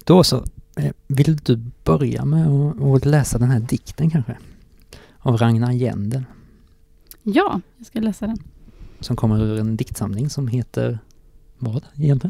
Då så, vill du börja med att läsa den här dikten kanske? Av Ragnar Jändel. Ja, jag ska läsa den. Som kommer ur en diktsamling som heter vad egentligen?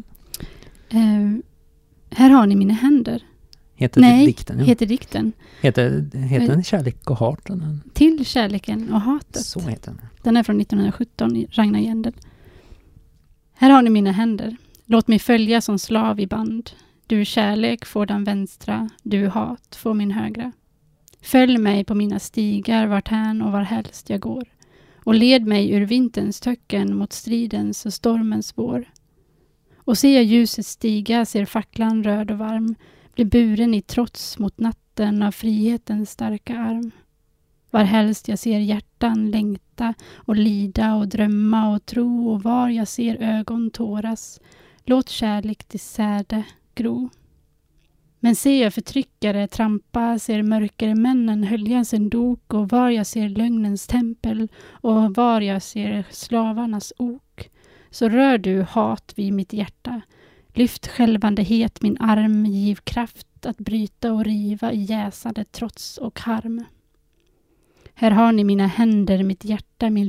Här har ni mina händer. Heter dikten? Ja. Heter dikten. Heter den Kärlek och hat? Till kärleken och hatet. Så heter den. Den är från 1917 Ragnar Jändel. Här har ni mina händer. Låt mig följa som slav i band. Du kärlek får den vänstra, du hat får min högra. Följ mig på mina stigar varthän och varhelst jag går. Och led mig ur vinterns töcken mot stridens och stormens spår. Och ser jag ljuset stiga, ser facklan röd och varm, blir buren i trots mot natten av frihetens starka arm. Varhelst jag ser hjärtan längta och lida och drömma och tro, och var jag ser ögon tåras, låt kärlek till säde gro. Men ser jag förtryckare trampa, ser mörkare männen hölja sin dok, och var jag ser lögnens tempel och var jag ser slavarnas ok, så rör du hat vid mitt hjärta. Lyft skälvandehet min arm, giv kraft att bryta och riva i jäsande trots och harm. Här har ni mina händer, mitt hjärta, min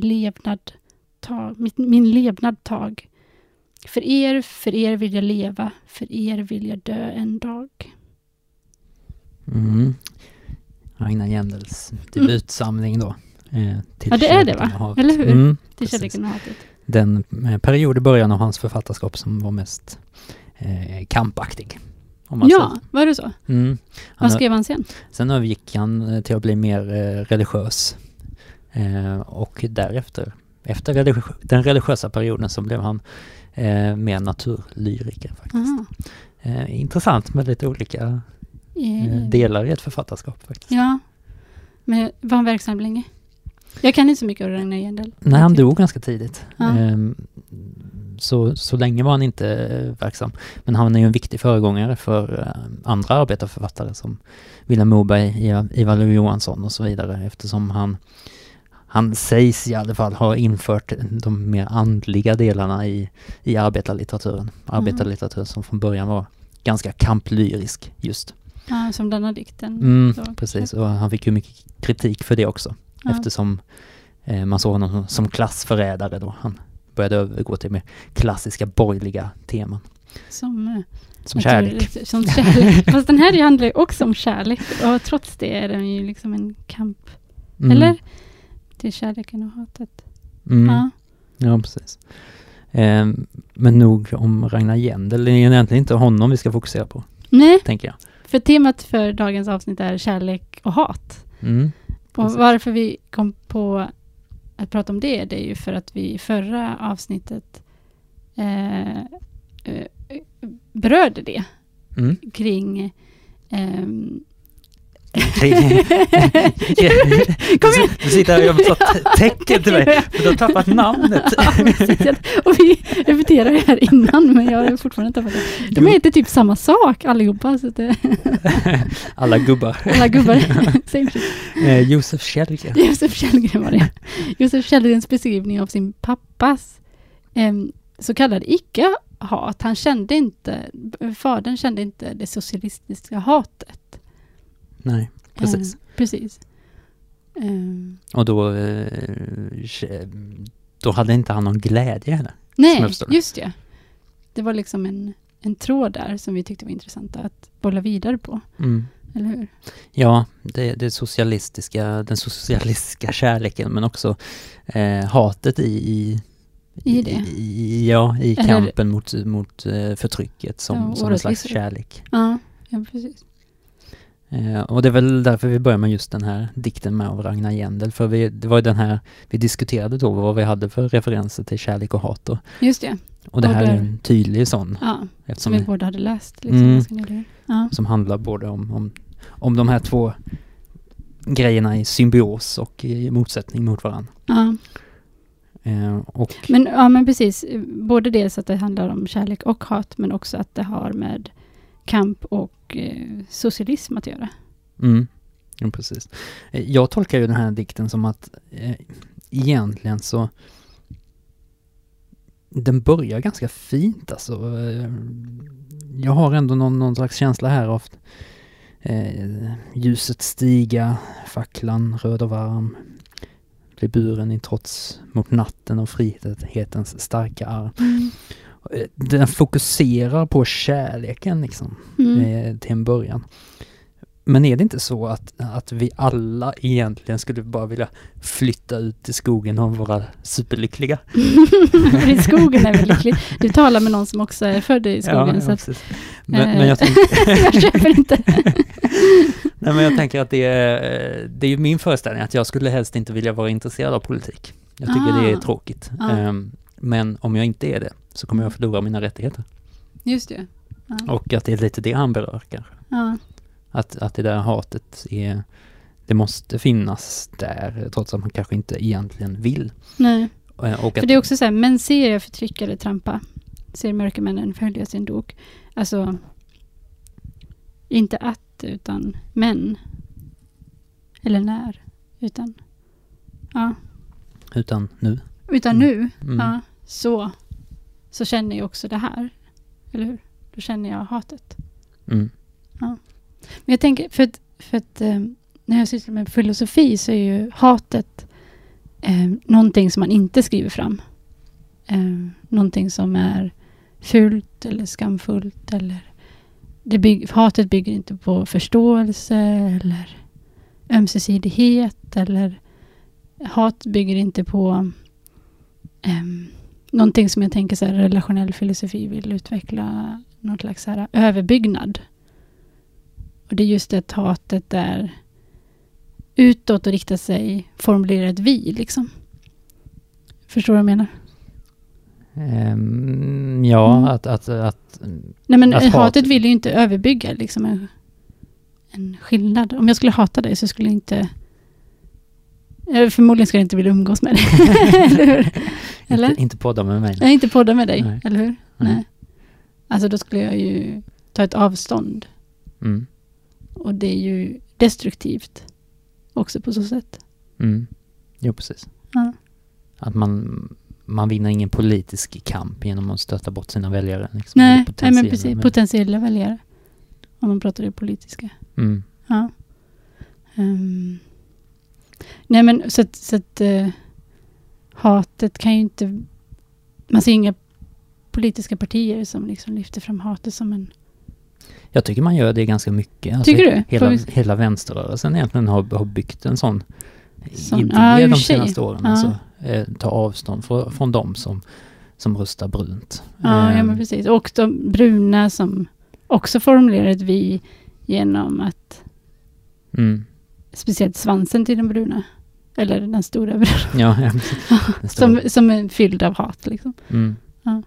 levnad tag. För er vill jag leva, för er vill jag dö en dag. Ragnar Jändels debutsamling då. Till ja, det är det va? Eller hur? Till kärleken och hatet. Den period i början av hans författarskap som var mest kampaktig. Ja, var det så? Vad skrev han sen? Sen övergick han till att bli mer religiös. Och därefter, efter den religiösa perioden, så blev han mer naturlyriker faktiskt. Intressant med lite olika delar i ett författarskap faktiskt. Ja, men var han verksam länge? Jag kan inte så mycket om Ragnar Jändel. Nej, han dog ganska tidigt. Så länge var han inte verksam. Men han är ju en viktig föregångare för andra arbetarförfattare som Vilhelm Moberg, Ivar Lo-Johansson och så vidare, eftersom han sägs i alla fall ha infört de mer andliga delarna i arbetarlitteraturen. Arbetarlitteratur som från början var ganska kamplyrisk just. Ja, som denna dikten. Precis, och han fick ju mycket kritik för det också. Eftersom man såg honom som klassförrädare då. Han började övergå till mer klassiska borgerliga teman. Som kärlek. Som kärlek. Fast den här handlar ju också om kärlek. Och trots det är den ju liksom en kamp. Eller? Till kärleken och hatet. Ja, precis. Men nog om Ragnar Jändel. Det är egentligen inte honom vi ska fokusera på. Nej. Tänker jag. För temat för dagens avsnitt är kärlek och hat. Och varför vi kom på att prata om det är ju för att vi i förra avsnittet berörde det kring Kom igen! Du sitter här och har fått tecken till mig för du har tappat namnet. Och vi repeterar det här innan, men jag har fortfarande tappat det. De heter typ samma sak allihopa. Så det Alla gubbar. Josef Kjellgren var det. Josef Kjellgrens beskrivning av sin pappas så kallade icke-hat. Fadern kände inte det socialistiska hatet. Nej, precis. Precis. Och då hade inte han någon glädje heller. Nej, just det. Det var liksom en tråd där som vi tyckte var intressant att bolla vidare på. Eller hur? Ja, den socialistiska kärleken, men också hatet i kampen mot förtrycket som en slags kärlek. Ja, precis. Och det är väl därför vi börjar med just den här dikten med av Ragnar Jändel. För det var ju den här vi diskuterade då, vad vi hade för referenser till kärlek och hat. Just det. Och det här är en tydlig sån. Ja, som vi båda hade läst. Liksom, som handlar både om de här två grejerna i symbios och i motsättning mot varandra. Ja. Men precis. Både det så att det handlar om kärlek och hat, men också att det har med kamp och socialism att göra. Ja, precis. Jag tolkar ju den här dikten som att egentligen så den börjar ganska fint alltså. Jag har ändå någon slags känsla här av ljuset stiga, facklan röd och varm, blir buren i trots mot natten och frihetens starka arm. Den fokuserar på kärleken liksom, till en början. Men är det inte så att vi alla egentligen skulle bara vilja flytta ut i skogen och vara superlyckliga? I skogen är väl lycklig. Du talar med någon som också är född i skogen. Ja, så precis. Men jag tänker... jag köper inte. Nej, men jag tänker att det är ju min föreställning att jag skulle helst inte vilja vara intresserad av politik. Jag tycker det är tråkigt. Men om jag inte är det så kommer jag förlora mina rättigheter. Just det. Ja. Och att det är lite det han berör kanske. Ja. Att det där hatet det måste finnas där trots att man kanske inte egentligen vill. Nej. Och för det är också så här, men ser jag förtryckare trampa, ser mörkermännen följa sin dok. Alltså inte att, utan men. Eller när, utan utan nu. Utan nu, ja. Så känner jag också det här. Eller hur? Då känner jag hatet. Ja. Men jag tänker, för att när jag sysslar med filosofi så är ju hatet någonting som man inte skriver fram. Någonting som är fult eller skamfullt. Eller hatet bygger inte på förståelse eller ömsesidighet. Eller hat bygger inte på någonting som jag tänker så här, relationell filosofi vill utveckla något slags så här överbyggnad. Och det är just det hatet där utåt och riktar sig formulerar ett vi liksom. Förstår du vad jag menar? Nej, men hatet vill ju inte överbygga liksom en skillnad. Om jag skulle hata dig så skulle jag inte förmodligen skulle jag inte vilja umgås med dig. Eller hur? Eller? Inte podda med mig. Nej, inte podda med dig. Nej. Eller hur? Nej. Alltså då skulle jag ju ta ett avstånd. Och det är ju destruktivt också på så sätt. Jo, precis. Ja. Att man vinner ingen politisk kamp genom att stöta bort sina väljare. Liksom, Nej, men precis. Potentiella väljare. Om man pratar det politiska. Ja. Nej, men så att hatet kan ju inte... Man ser inga politiska partier som liksom lyfter fram hatet som en... Jag tycker man gör det ganska mycket. Alltså, tycker du? Hela vänsterrörelsen egentligen har byggt en sån idé de senaste åren. Alltså, ta avstånd från dem som röstar brunt. Ja, men precis. Och de bruna som också formulerar ett vi genom att speciellt svansen till den bruna. Eller den stora bruna. Ja, som är fylld av hat liksom. Ja.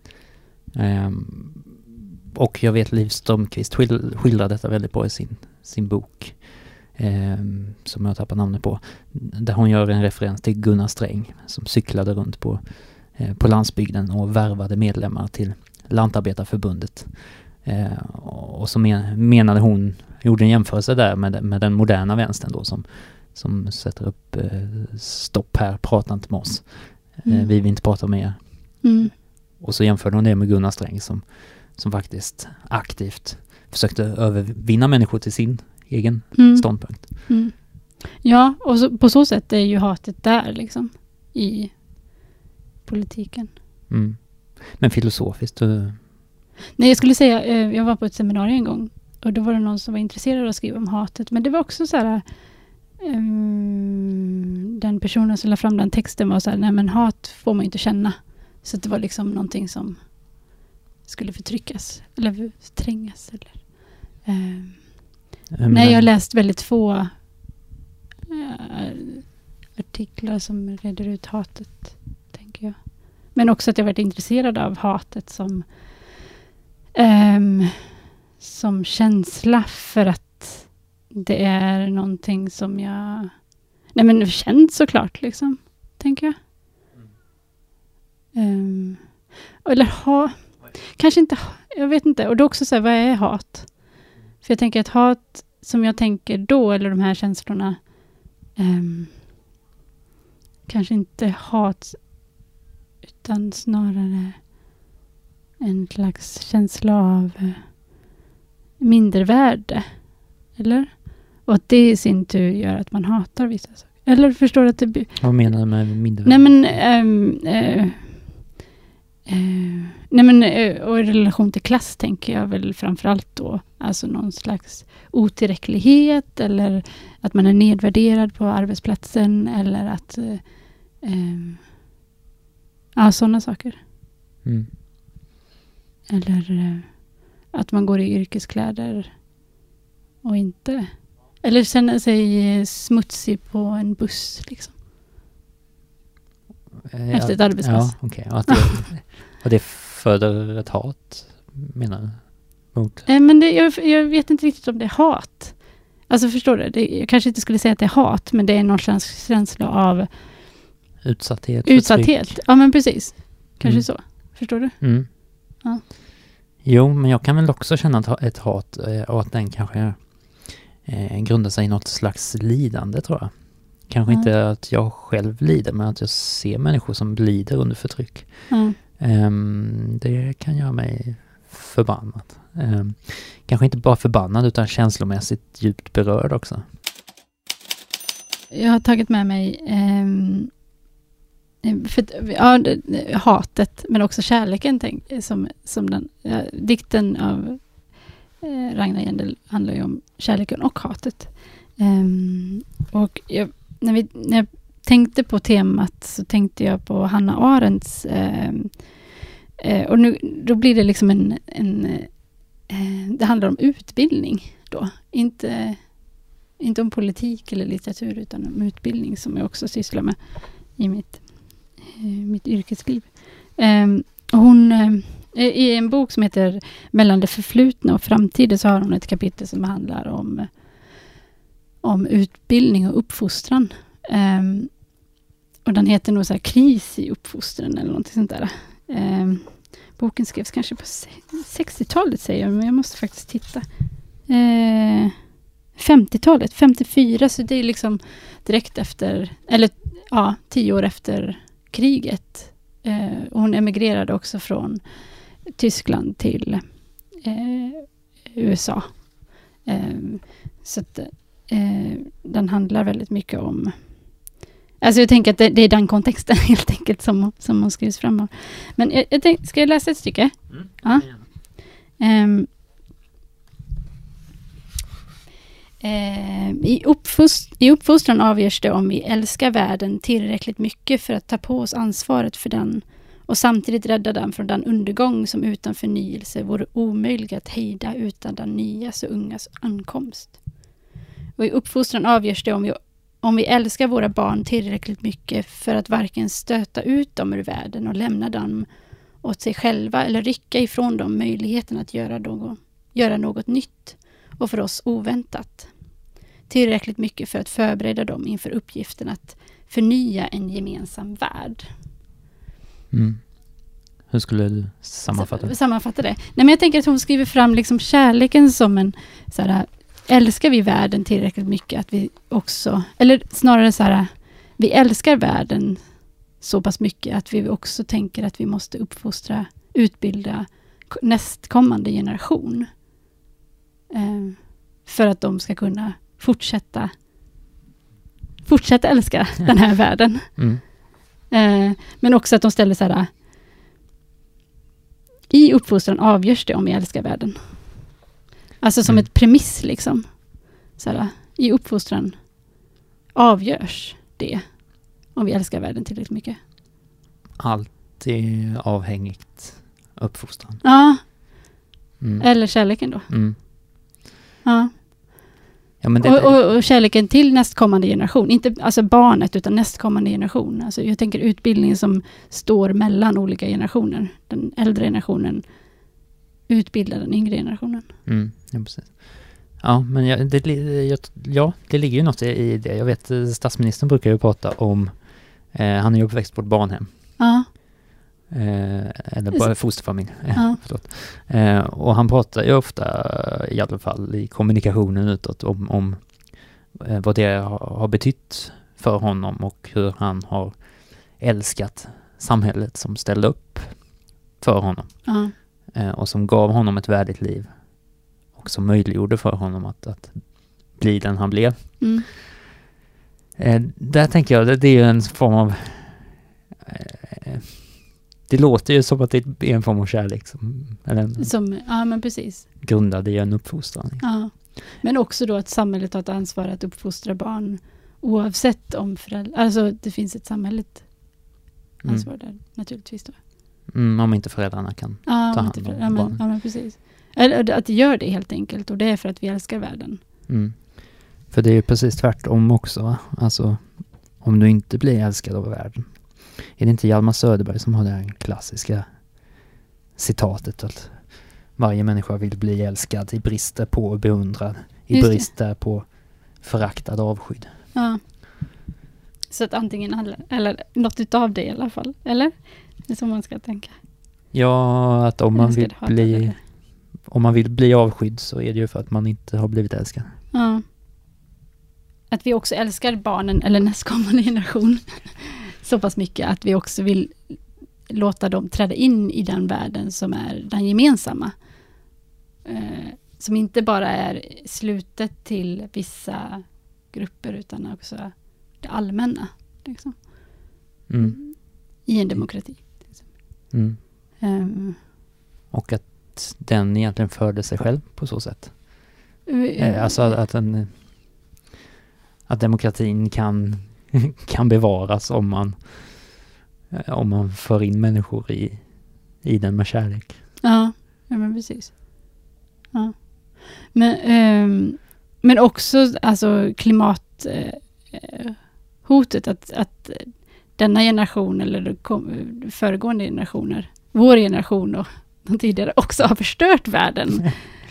Och jag vet Liv Strömquist skildrar detta väldigt bra i sin bok som jag tappar namnet på, där hon gör en referens till Gunnar Sträng som cyklade runt på landsbygden och värvade medlemmar till Lantarbetarförbundet. Och så menade hon, gjorde en jämförelse där med den moderna vänstern då som sätter upp stopp här, prata inte med oss. Vi vill inte prata med er. Och så jämförde hon det med Gunnar Sträng som faktiskt aktivt försökte övervinna människor till sin egen ståndpunkt. Ja, och så, på så sätt är ju hatet där liksom i politiken. Men filosofiskt? Nej, jag skulle säga, jag var på ett seminarium en gång och då var det någon som var intresserad av att skriva om hatet, men det var också så här den personen som la fram den texten var så här, nej men hat får man inte känna. Så det var liksom någonting som skulle förtryckas eller förträngas. Nej, jag har läst väldigt få artiklar som reder ut hatet, tänker jag. Men också att jag varit intresserad av hatet som känsla för att det är någonting som jag känt såklart liksom, tänker jag. Eller kanske inte, jag vet inte. Och då också så här, vad är hat? För jag tänker att hat som jag tänker då, eller de här känslorna, kanske inte hat utan snarare en slags känsla av mindervärde. Eller? Och att det i sin tur gör att man hatar vissa saker. Eller förstår du att det... Vad menar du med mindervärde? Nej men och i relation till klass tänker jag väl framförallt då alltså någon slags otillräcklighet eller att man är nedvärderad på arbetsplatsen eller att sådana saker. Mm. Eller att man går i yrkeskläder och inte eller känner sig smutsig på en buss liksom. Efter ett arbetspass. Ja, okej. Och det föder ett hat, menar du? Mot? Men jag vet inte riktigt om det är hat. Alltså förstår du? Jag kanske inte skulle säga att det är hat, men det är någon slags känsla av utsatthet. Ja, men precis. Kanske så. Förstår du? Mm. Ja. Jo, men jag kan väl också känna ett hat och att den kanske grundar sig i något slags lidande, tror jag. Kanske inte att jag själv lider, men att jag ser människor som lider under förtryck. Det kan göra mig förbannad. Kanske inte bara förbannad utan känslomässigt djupt berörd också. Jag har tagit med mig hatet men också kärleken som den dikten av Ragnar Jändel handlar ju om kärleken och hatet. Och när jag tänkte på temat så tänkte jag på Hannah Arendts och då blir det liksom det handlar om utbildning då. Inte om politik eller litteratur utan om utbildning som jag också sysslar med i mitt yrkesliv. Och hon i en bok som heter Mellan det förflutna och framtiden så har hon ett kapitel som handlar om utbildning och uppfostran. Och den heter nog så här Kris i uppfostran eller något sånt där. Boken skrevs kanske på 60-talet säger jag, men jag måste faktiskt titta. 50-talet, 54, så det är liksom direkt efter, eller 10 år efter kriget. Och hon emigrerade också från Tyskland till USA. Så att den handlar väldigt mycket om... Alltså jag tänker att det är den kontexten helt enkelt som hon skrivs fram av. Men jag tänkte, ska jag läsa ett stycke? Ja. I uppfostran avgörs det om vi älskar världen tillräckligt mycket för att ta på oss ansvaret för den och samtidigt rädda den från den undergång som utan förnyelse vore omöjlig att hejda utan den nyas och ungas ankomst. Och i uppfostran avgörs det om vi älskar våra barn tillräckligt mycket för att varken stöta ut dem ur världen och lämna dem åt sig själva eller rycka ifrån dem möjligheten att göra något nytt och för oss oväntat. Tillräckligt mycket för att förbereda dem inför uppgiften att förnya en gemensam värld. Mm. Hur skulle du sammanfatta det? Nej, men jag tänker att hon skriver fram liksom kärleken som en så här, älskar vi världen tillräckligt mycket att vi också, eller snarare så här, vi älskar världen så pass mycket att vi också tänker att vi måste utbilda nästkommande generation för att de ska kunna fortsätta älska den här världen. Men också att de ställer så här, i uppfostran avgörs det om vi älskar världen. Alltså som ett premiss liksom. Så här, i uppfostran avgörs det om vi älskar världen tillräckligt mycket. Allt är avhängigt uppfostran. Ja. Eller kärleken då. Ja. Ja, men och kärleken till nästkommande generation. Inte alltså barnet utan nästkommande generation. Alltså jag tänker utbildning som står mellan olika generationer. Den äldre generationen utbildar den yngre generationen. Ja, precis. Ja, men det ligger ju något i det. Jag vet, statsministern brukar ju prata om han är ju uppväxt på ett barnhem. Ja. Eller bara fosterfamilj. Ja. Och han pratar ju ofta, i alla fall i kommunikationen utåt, om vad det har betytt för honom och hur han har älskat samhället som ställde upp för honom. Ja. Och som gav honom ett värdigt liv. Och som möjliggjorde för honom att bli den han blev. Mm. Där tänker jag, det är ju en form av... det låter ju som att det är en form av kärlek. Ja, men precis. Grundad i en uppfostran. Ja. Men också då att samhället har ett ansvar att uppfostra barn oavsett om föräldrar... Alltså det finns ett samhälleligt ansvar där naturligtvis då. Om inte föräldrarna kan ta hand om barnen. Ja, men precis. Eller att det gör det helt enkelt. Och det är för att vi älskar världen. Mm. För det är ju precis tvärtom också, va? Alltså, om du inte blir älskad av världen. Är det inte Hjalmar Söderberg som har det här klassiska citatet att varje människa vill bli älskad i brist på och beundrad, i brist på föraktad avskydd. Ja. Så att antingen eller något utav det i alla fall. Eller? Det är så man ska tänka. Ja, att om man vill bli avskydd så är det ju för att man inte har blivit älskad. Ja. Att vi också älskar barnen eller nästkommande generation så pass mycket att vi också vill låta dem träda in i den världen som är den gemensamma. Som inte bara är slutet till vissa grupper utan också det allmänna. Liksom. I en demokrati. Och att den egentligen förde sig själv på så sätt. Alltså att demokratin kan bevaras om man för in människor i den med kärlek. Ja, men precis. Ja. Men också alltså klimathotet att denna generation eller föregående generationer, vår generation och de tidigare också har förstört världen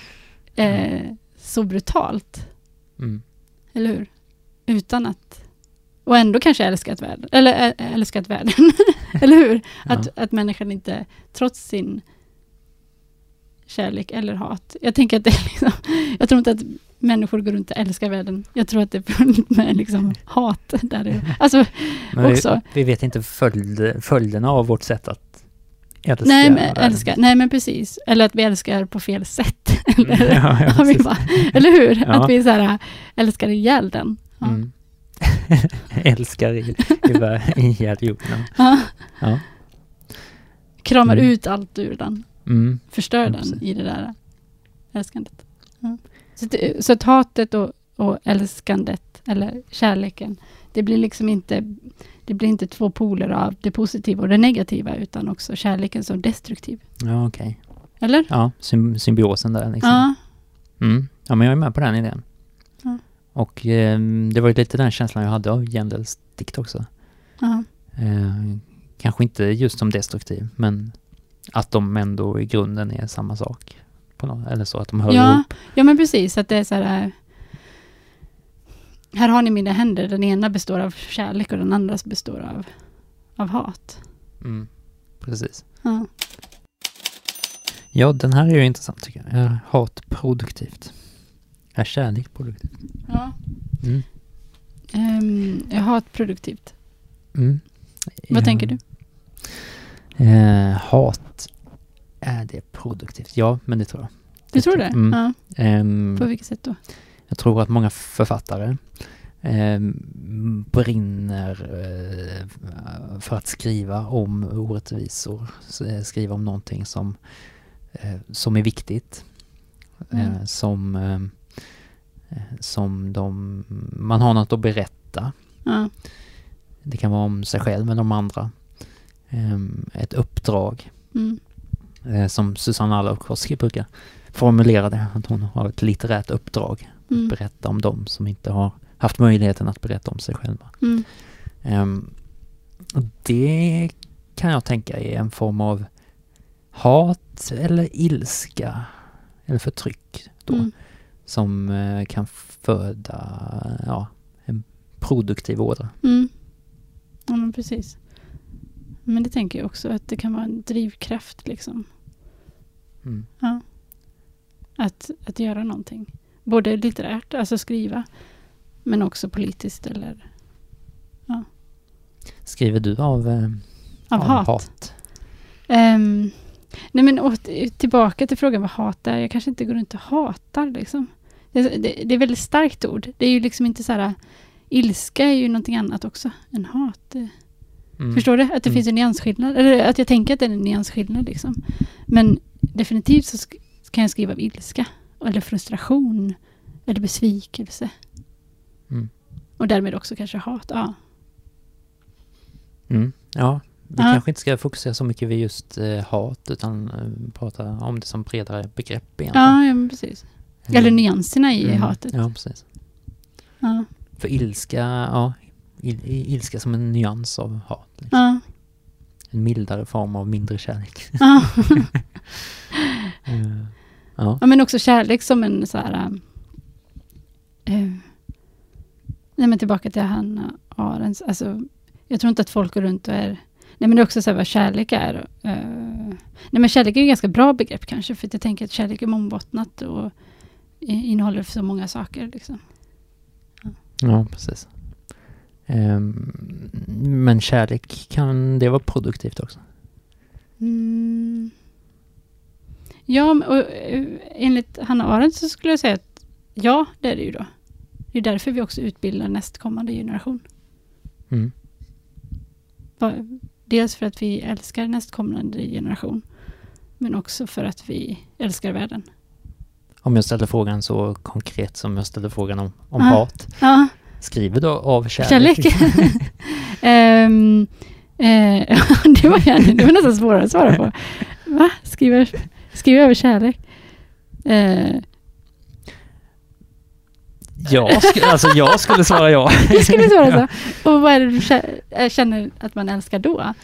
så brutalt. Eller hur? Utan att och ändå kanske älskat världen. Eller älskat världen. Eller hur? Att människan inte, trots sin kärlek eller hat. Jag tänker att det är liksom, jag tror inte att människor går runt och älskar världen. Jag tror att det är fullt med liksom hat där. Alltså, också. Vi vet inte följderna av vårt sätt att älska. Nej, men precis. Eller att vi älskar på fel sätt. Eller hur? Ja. Att vi så här, älskar ihjäl den. Ja. Älskar ihjäl jorden. Ja. Kramar ut allt ur den. Förstör den i det där älskandet. Ja. Så att hatet och älskandet eller kärleken, det blir liksom inte två poler av det positiva och det negativa utan också kärleken som destruktiv. Ja, okej. Eller? Ja, symbiosen där liksom. Ja. Ja, men jag är med på den idén. Ja. Och det var ju lite den känslan jag hade av Jendels dikt också. Ja. Kanske inte just som destruktiv, men att de ändå i grunden är samma sak. Eller så att de hör ihop. Ja, men precis. Att det är så här har ni mina händer. Den ena består av kärlek och den andra består av hat. Precis. Ja. Ja, den här är ju intressant tycker jag. Är hat produktivt? Är kärlek produktivt? Ja. Är hat produktivt? Vad tänker du? Hat, är det produktivt? Ja, men det tror jag. Du tror det? Ja. På vilket sätt då? Jag tror att många författare brinner för att skriva om orättvisor, skriva om någonting som är viktigt, som man har något att berätta. Ja. Det kan vara om sig själv eller om andra. Ett uppdrag som Susanne Allovkoski brukar formulera det, att hon har ett litterärt uppdrag att berätta om dem som inte har haft möjligheten att berätta om sig själva. Och det kan jag tänka är en form av hat eller ilska eller förtryck då, som kan föda en produktiv ådra. Ja, men precis. Men det tänker jag också att det kan vara en drivkraft liksom. Ja. Att göra någonting. Både litterärt, alltså skriva, men också politiskt eller Skriver du av Av hat. Nej, men tillbaka till frågan vad hat är. Jag kanske inte går runt och hatar liksom. Det är väldigt starkt ord. Det är ju liksom inte så här, ilska är ju någonting annat också än hat. Förstår du? Att det finns en nyansskillnad. Eller att jag tänker att det är en nyansskillnad liksom. Men definitivt så kan jag skriva av ilska. Eller frustration. Eller besvikelse. Och därmed också kanske hat. Ja. Ja. Vi kanske inte ska fokusera så mycket vid just hat utan prata om det som bredare begrepp egentligen. Ja, men precis. Eller nyanserna i hatet. Ja, precis. Ja. För ilska, ilska som en nyans av hat. Liksom. Ja. En mildare form av mindre kärlek. Ja. Ja, men också kärlek som en så här... nej, men tillbaka till Hannah Arendt. Alltså, jag tror inte att folk går runt och är... Nej, men det är också så här vad kärlek är. Nej, men kärlek är ju ett ganska bra begrepp kanske. För jag tänker att kärlek är mångbottnat och innehåller så många saker. Liksom. Ja, precis. Men kärlek, kan det vara produktivt också? Ja, och enligt Hannah Arendt så skulle jag säga att ja, det är det ju då. Det är därför vi också utbildar nästkommande generation. Dels för att vi älskar nästkommande generation. Men också för att vi älskar världen. Om jag ställer frågan så konkret som jag ställer frågan om hat. Ja. Skriver du av kärlek? Det var nästan svårare att svara på. Va? Skriver över kärlek? Jag skulle svara ja. Jag skulle svara så. Och vad är det du känner att man älskar då?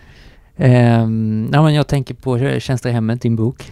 Men jag tänker på Tjänster i hemmet, din bok.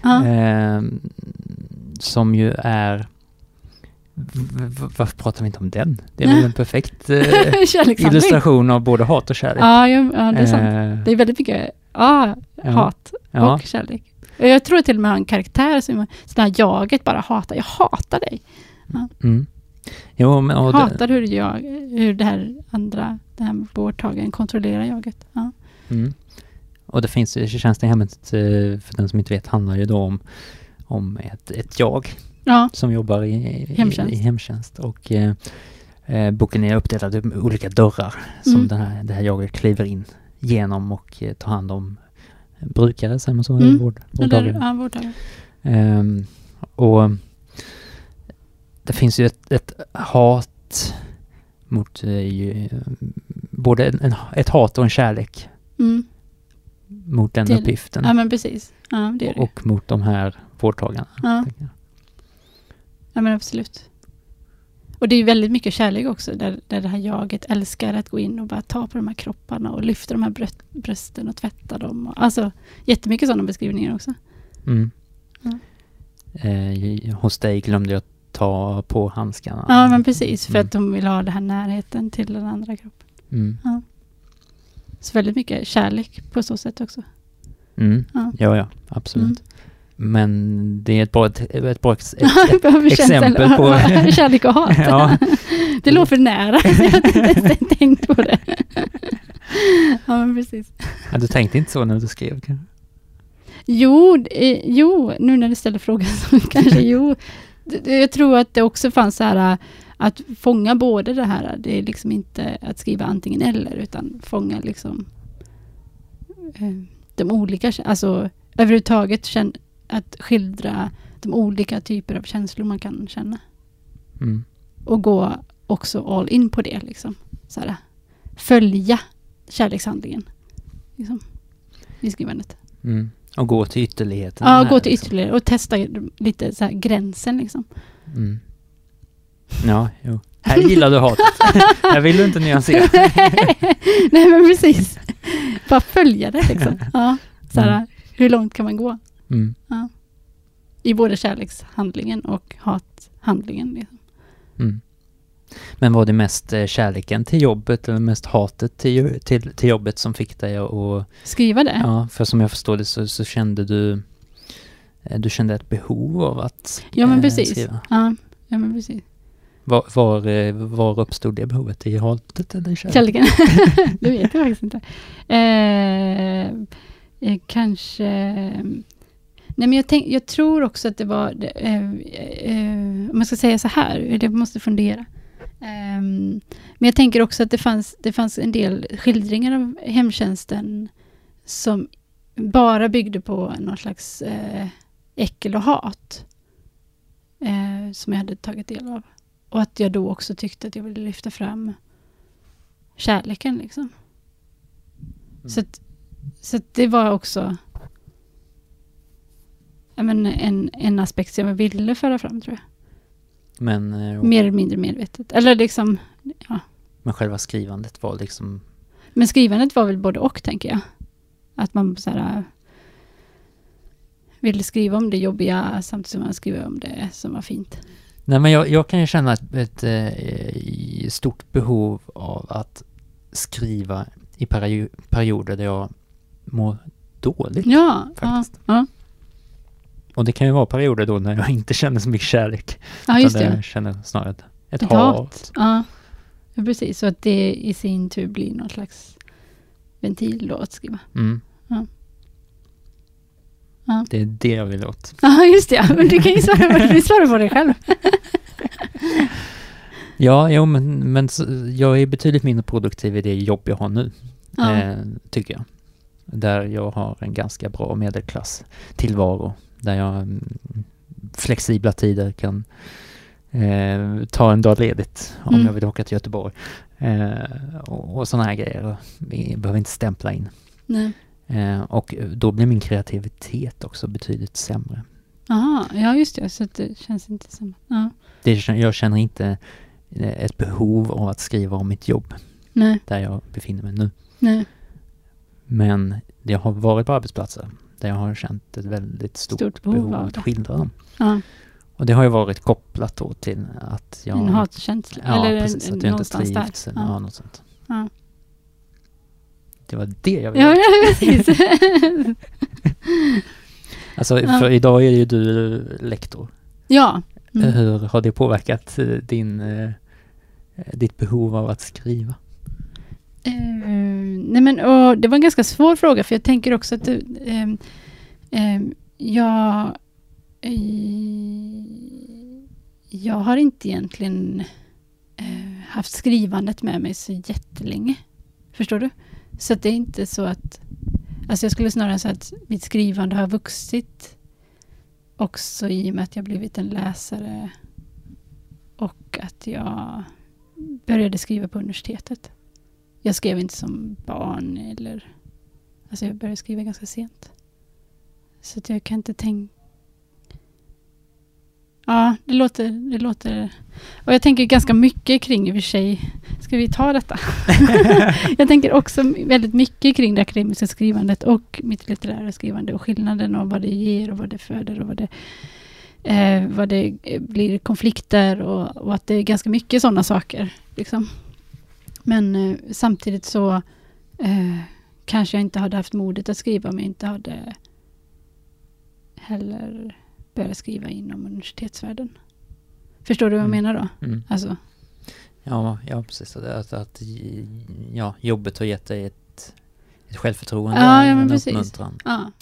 Som ju är... Varför pratar vi inte om den? Det är väl en perfekt illustration av både hat och kärlek. Ja, det är sant. Det är väldigt mycket hat och kärlek. Och jag tror till och med en karaktär som sån här jaget bara hatar. Jag hatar dig. Ja. Jo, men, hatar hur det här vårdtagaren kontrollerar jaget. Ja. Och det finns ju Tjänster i hemmet, för den som inte vet, handlar ju då om ett jag som jobbar i hemtjänst. Och boken är uppdelad i olika dörrar som det här jaget kliver in genom och tar hand om brukare, säger man så, vårdtagare. Vårdtagare. Och det finns ju ett hat mot både ett hat och en kärlek mot den uppgiften. Ja, men precis. Ja, det är det. Och mot de här vårdtagarna. Ja, men absolut. Och det är ju väldigt mycket kärlek också där det här jaget älskar att gå in och bara ta på de här kropparna och lyfta de här brösten och tvätta dem. Alltså jättemycket sådana beskrivningar också. Hos dig glömde jag ta på handskarna. Ja, men precis. För att de vill ha den här närheten till den andra kroppen. Ja. Så väldigt mycket kärlek på så sätt också. Ja, absolut. Men det är ett bra exempel på kärlek och hat. Ja. Det låg för nära. Jag hade inte tänkt på det. Ja, men precis. Ja, du tänkte inte så när du skrev kanske? Jo, nu när du ställer frågan så kanske jag tror att det också fanns så här att fånga både det här. Det är liksom inte att skriva antingen eller utan fånga liksom de olika, alltså överhuvudtaget att skildra de olika typer av känslor man kan känna. Och gå också all in på det liksom. Så här, följa kärlekshandlingen liksom, i skrivandet. Och gå till ytterligheten. Ja, gå till ytterligare och testa lite så här gränsen liksom. Ja, jo. Här gillar du hatet. Här vill du inte nyansera. Nej, men precis. Bara följa det liksom. Ja, så här, hur långt kan man gå? Ja. I både kärlekshandlingen och hathandlingen liksom. Men var det mest kärleken till jobbet eller mest hatet till jobbet som fick dig att skriva det? Ja, för som jag förstår det så kände du kände ett behov av att ja, men precis. skriva. Ja, men precis. Var uppstod det behovet? I hatet eller i Kärleken? Det vet jag faktiskt inte. Kanske... Nej, men jag tror också att det var... om man ska säga så här, jag måste fundera. Men jag tänker också att det fanns en del skildringar av hemtjänsten som bara byggde på någon slags äckel och hat som jag hade tagit del av. Och att jag då också tyckte att jag ville lyfta fram kärleken liksom. Så att det var också en aspekt som jag ville föra fram, tror jag. Men mer eller mindre medvetet. Eller liksom, ja. Men själva skrivandet var liksom... Men skrivandet var väl både och, tänker jag. Att man så här ville skriva om det jobbiga samtidigt som man skriver om det som var fint. Nej, men jag kan ju känna ett stort behov av att skriva i perioder där jag mår dåligt. Ja, faktiskt. Ja. Och det kan ju vara perioder då när jag inte känner så mycket kärlek. Ja, just det. Jag känner snarare ett hat. Ja, precis. Så att det i sin tur blir någon slags ventil då att skriva. Mm. Ja. Det är det jag vill åt. Ja, just det. Men du kan ju svara på det själv. Ja, men jag är betydligt mindre produktiv i det jobb jag har nu. Tycker jag. Där jag har en ganska bra medelklass tillvaro. Där jag flexibla tider kan ta en dag ledigt om jag vill åka till Göteborg. Och sådana här grejer. Vi behöver inte stämpla in. Nej. Och då blir min kreativitet också betydligt sämre. Aha, ja just det. Så det känns inte som... Ja. Jag känner inte ett behov av att skriva om mitt jobb. Nej. Där jag befinner mig nu. Nej. Men jag har varit på arbetsplatser där jag har känt ett väldigt stort behov av att skildra dem. Ja. Och det har ju varit kopplat då till att jag... En hatkänsla. Ja, eller precis. Att jag inte trivs. Där. Ja, något sånt. Ja. Det var det jag ville. Ja, precis. Alltså, för idag är ju du lektor. Ja. Mm. Hur har det påverkat ditt behov av att skriva? Nej men, och det var en ganska svår fråga, för jag tänker också att jag har inte egentligen haft skrivandet med mig så jättelänge. Förstår du? Så att det är inte så att... Alltså jag skulle snarare säga att mitt skrivande har vuxit också i och med att jag blivit en läsare och att jag började skriva på universitetet. Jag skrev inte som barn eller... Alltså jag började skriva ganska sent. Så att jag kan inte tänka... Ja, det låter... Och jag tänker ganska mycket kring i och för sig... Ska vi ta detta? Jag tänker också väldigt mycket kring det akademiska skrivandet och mitt litterära skrivande och skillnaden och vad det ger och vad det föder och vad det blir konflikter och att det är ganska mycket sådana saker. Liksom. Men samtidigt så kanske jag inte hade haft modet att skriva om jag inte hade heller börjat skriva inom universitetsvärlden. Förstår du vad jag menar då? Mm. Alltså. Ja, precis. Att jobbet har gett dig ett självförtroende, en uppmuntran. Ja.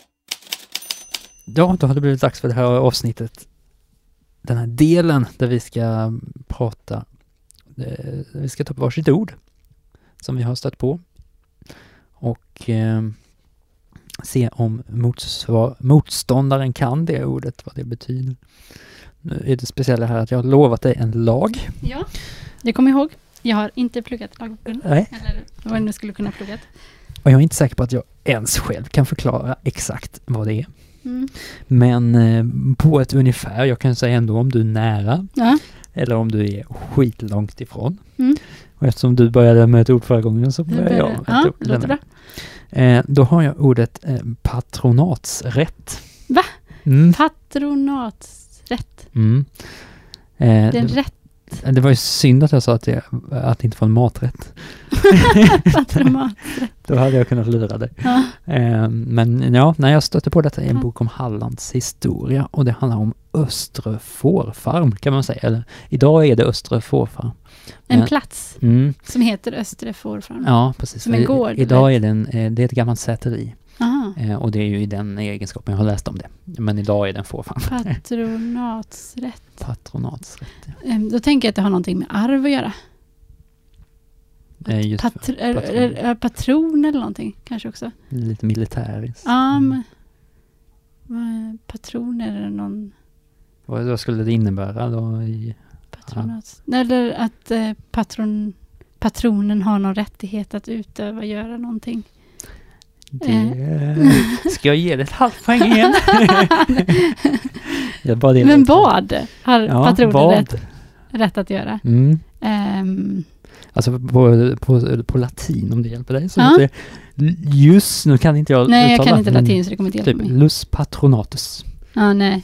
Ja, då har det blivit dags för det här avsnittet. Den här delen där vi ska prata. Vi ska ta upp varsitt ord som vi har stött på. Och se om motståndaren kan det ordet, vad det betyder. Nu är det speciella här att jag har lovat dig en lag. Ja, jag kommer ihåg. Jag har inte pluggat lagboken. Nej. Eller vad jag nu skulle kunna pluggat. Och jag är inte säker på att jag ens själv kan förklara exakt vad det är. Mm. Men på ett ungefär, jag kan säga ändå om du är nära. Ja. Eller om du är skitlångt ifrån. Mm. Och eftersom du började med ett ord förra gången så börjar jag med ett ord. Det låter bra. Då har jag ordet patronatsrätt. Va? Mm. Patronatsrätt? Mm. Det är en rätt? Patromat. Det var ju synd att jag sa att det inte var en maträtt. Patromaträtt. Då hade jag kunnat lura dig. Ja. Men ja, när jag stötte på detta i en bok om Hallands historia, och det handlar om Östre fårfarm, kan man säga. Eller, idag är det Östre fårfarm. En plats som heter Östre fårfarm. Ja, precis. Som en gård. Idag är det är ett gammalt säteri. Aha. Och det är ju i den egenskapen jag har läst om det. Men idag är det en fårfarm. Patronatsrätt. Patronatsrätt, ja. Då tänker jag att det har någonting med arv att göra. Just Patron eller någonting kanske också. Lite militäriskt. Ja, men patron är någon... Vad skulle det innebära då? Patronats. Eller att patronen har någon rättighet att utöva, göra någonting. Ska jag ge det ett halvt poäng igen? Men vad har patronen rätt att göra? Alltså på latin, om det hjälper dig. Så det, just nu kan inte jag Nej, jag kan inte latin, så det kommer inte hjälpa mig. Lus patronatus. Nej.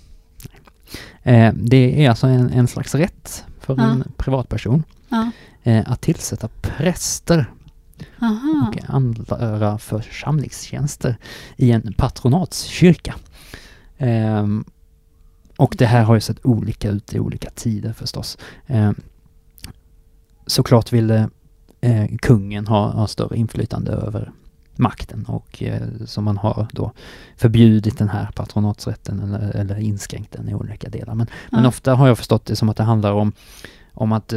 Det är alltså en slags rätt för en privatperson att tillsätta präster och andra församlingstjänster i en patronatskyrka. Och det här har ju sett olika ut i olika tider förstås. Såklart ville kungen ha större inflytande över makten, och som man har då förbjudit den här patronatsrätten eller inskränkt den i olika delar. Men ofta har jag förstått det som att det handlar om att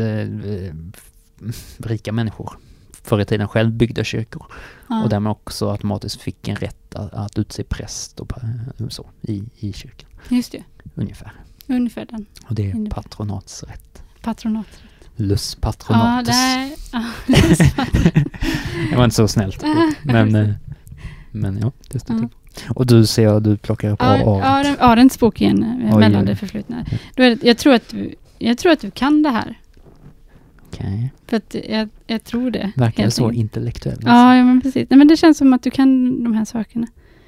rika människor förr i tiden själv byggde kyrkor och därmed också automatiskt fick en rätt att utse präst och så i kyrkan. Just det. Ungefär den. Och det är patronatsrätt. Patronatsrätt. Lus patronatus. Det var inte så snällt. Men ja, det står till. Och du plockar upp Arends bok igen, mellan det förflutna. Jag tror att du kan det här. Okej. För att jag tror det. Verkar det så intellektuellt? Ja, men precis. Nej, men det känns som att du kan de här sakerna.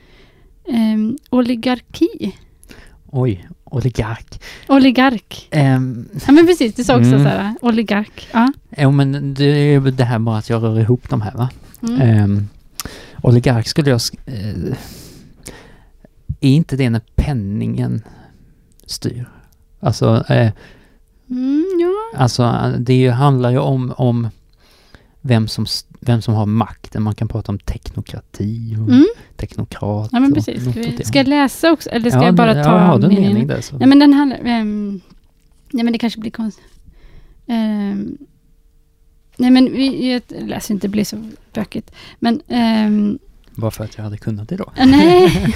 Oligarki. Oj, oligark. Ja, men precis. Du sa också så här, oligark. Ja. Jo, men det är ju det här bara att jag rör ihop de här, va? Oligark skulle jag... är inte det när penningen styr? Alltså... ja. Alltså, handlar ju om vem som har makten. Man kan prata om teknokrati och teknokrat. Ja, men precis. Ska jag läsa också? Eller ska jag bara ta har du en mening där? Så. Nej, men den handlar... nej, men det kanske blir konstigt. Nej, men jag läser inte, det blir så bökigt. Men... bara för att jag hade kunnat det då. Nej.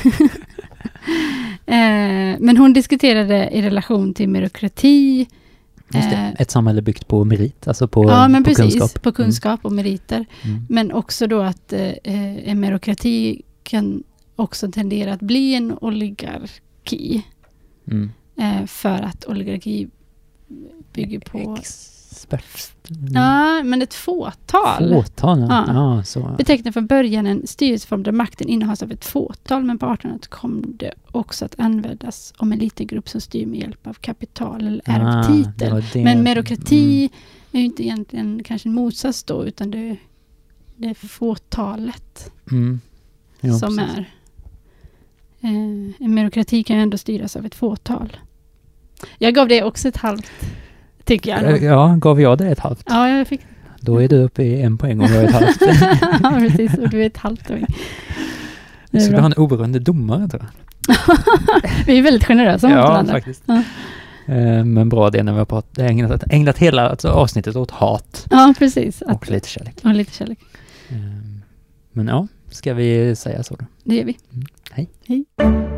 Men hon diskuterade i relation till meritokrati. Just det. Ett samhälle byggt på merit, alltså på kunskap. På kunskap och meriter. Men också då att en meritokrati kan också tendera att bli en oligarki. För att oligarki bygger på... Ja, men ett fåtal. Så. Betecknar från början en styrelseform där makten innehas av ett fåtal, men på 1800-talet kom det också att användas om en liten grupp som styr med hjälp av kapital eller ärvtitel. Men meritokrati är ju inte egentligen kanske en motsats då, utan det är fåtalet som precis. En meritokrati kan ju ändå styras av ett fåtal. Jag gav det också ett halvt. Tycker jag. Ja, gav jag det ett halvt? Ja, jag fick. Då är du uppe i 1 poäng och jag är ett halvt. Ja, precis. Och du är ett halvt poäng. Vi skulle ha en oberoende domare, tror jag. Vi är väldigt generösa mot varandra. Faktiskt. Ja, faktiskt. Men bra det när vi har ägnat hela avsnittet åt hat. Ja, precis. Och lite kärlek. Och lite kärlek. Men ja, ska vi säga så då? Det gör vi. Hej. Hej.